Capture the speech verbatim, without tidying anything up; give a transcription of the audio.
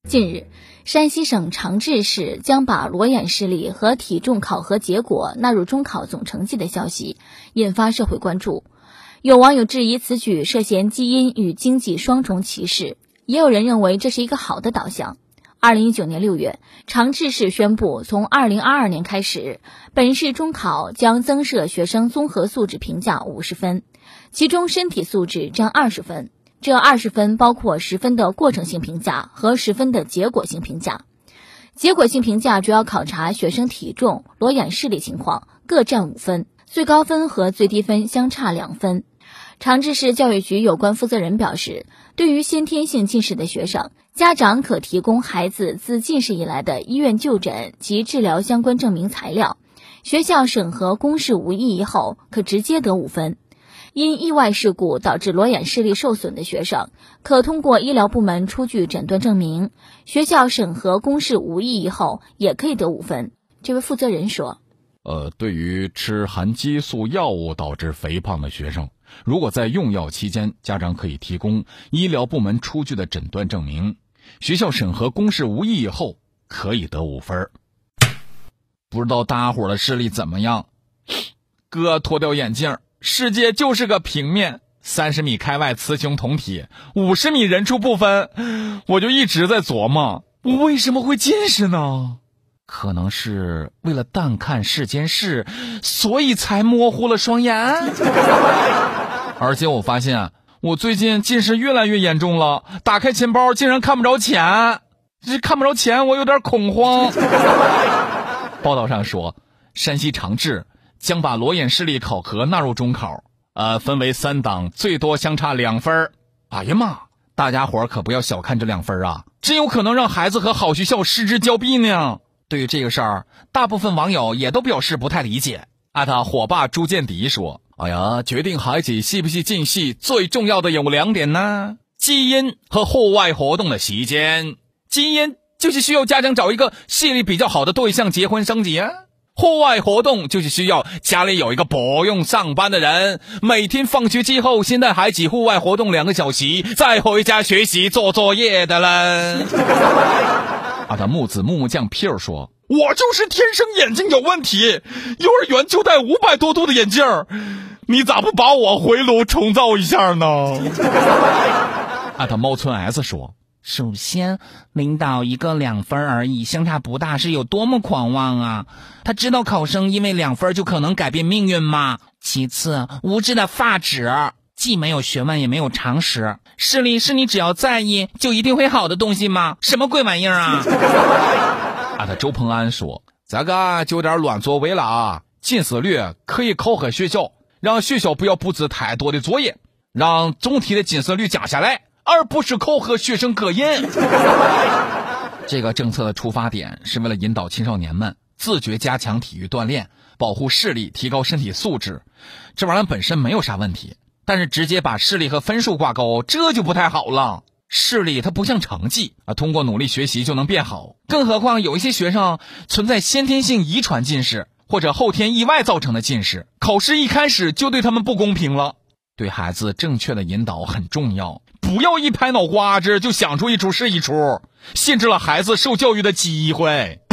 近日，山西省长治市将把裸眼视力和体重考核结果纳入中考总成绩的消息引发社会关注。有网友质疑此举涉嫌基因与经济双重歧视，也有人认为这是一个好的导向。二零一九年六月，长治市宣布，从二零二二年开始，本市中考将增设学生综合素质评价五十分，其中身体素质占二十分。这二十分包括十分的过程性评价和十分的结果性评价。结果性评价主要考察学生体重、裸眼视力情况，各占五分，最高分和最低分相差两分。长治市教育局有关负责人表示，对于先天性近视的学生，家长可提供孩子自近视以来的医院就诊及治疗相关证明材料，学校审核公示无异议后，可直接得五分。因意外事故导致裸眼视力受损的学生，可通过医疗部门出具诊断证明，学校审核公示无异议后，也可以得五分。这位负责人说， 呃，对于吃含激素药物导致肥胖的学生，如果在用药期间，家长可以提供医疗部门出具的诊断证明，学校审核公示无异议后，可以得五分。不知道大家伙的视力怎么样？哥脱掉眼镜，世界就是个平面，三十米开外雌雄同体，五十米人畜不分。我就一直在琢磨，我为什么会近视呢？可能是为了淡看世间事，所以才模糊了双眼。而且我发现我最近近视越来越严重了，打开钱包竟然看不着钱，这看不着钱我有点恐慌。报道上说，山西长治将把裸眼视力考核纳入中考，呃，分为三档，最多相差两分。哎呀妈，大家伙可不要小看这两分啊，真有可能让孩子和好学校失之交臂呢。对于这个事儿，大部分网友也都表示不太理解。艾特火爸朱建迪说，哎呀，决定孩子系不系近视最重要的有两点呢，基因和户外活动的时间。基因就是需要家长找一个视力比较好的对象结婚生子啊，户外活动就是需要家里有一个不用上班的人，每天放学之后先带孩子户外活动两个小时，再回家学习做作业的人。啊，他木子木木酱屁儿说，我就是天生眼睛有问题，幼儿园就戴五百多度的眼镜，你咋不把我回炉重造一下呢？啊，他猫村 S 说，首先领导一个两分而已，相差不大，是有多么狂妄啊，他知道考生因为两分就可能改变命运吗？其次，无知的发指，既没有学问也没有常识，视力是你只要在意就一定会好的东西吗？什么鬼玩意儿啊？啊，他周鹏安说，这个就有点乱作为了啊，近视率可以考核学校，让学校不要布置太多的作业，让总体的近视率降下来，而不是考核学生个人。这个政策的出发点是为了引导青少年们自觉加强体育锻炼，保护视力，提高身体素质。这玩意儿本身没有啥问题，但是直接把视力和分数挂钩，这就不太好了。视力它不像成绩啊，通过努力学习就能变好。更何况有一些学生存在先天性遗传近视，或者后天意外造成的近视，考试一开始就对他们不公平了。对孩子正确的引导很重要，不要一拍脑瓜子就想出一出是一出，限制了孩子受教育的机会。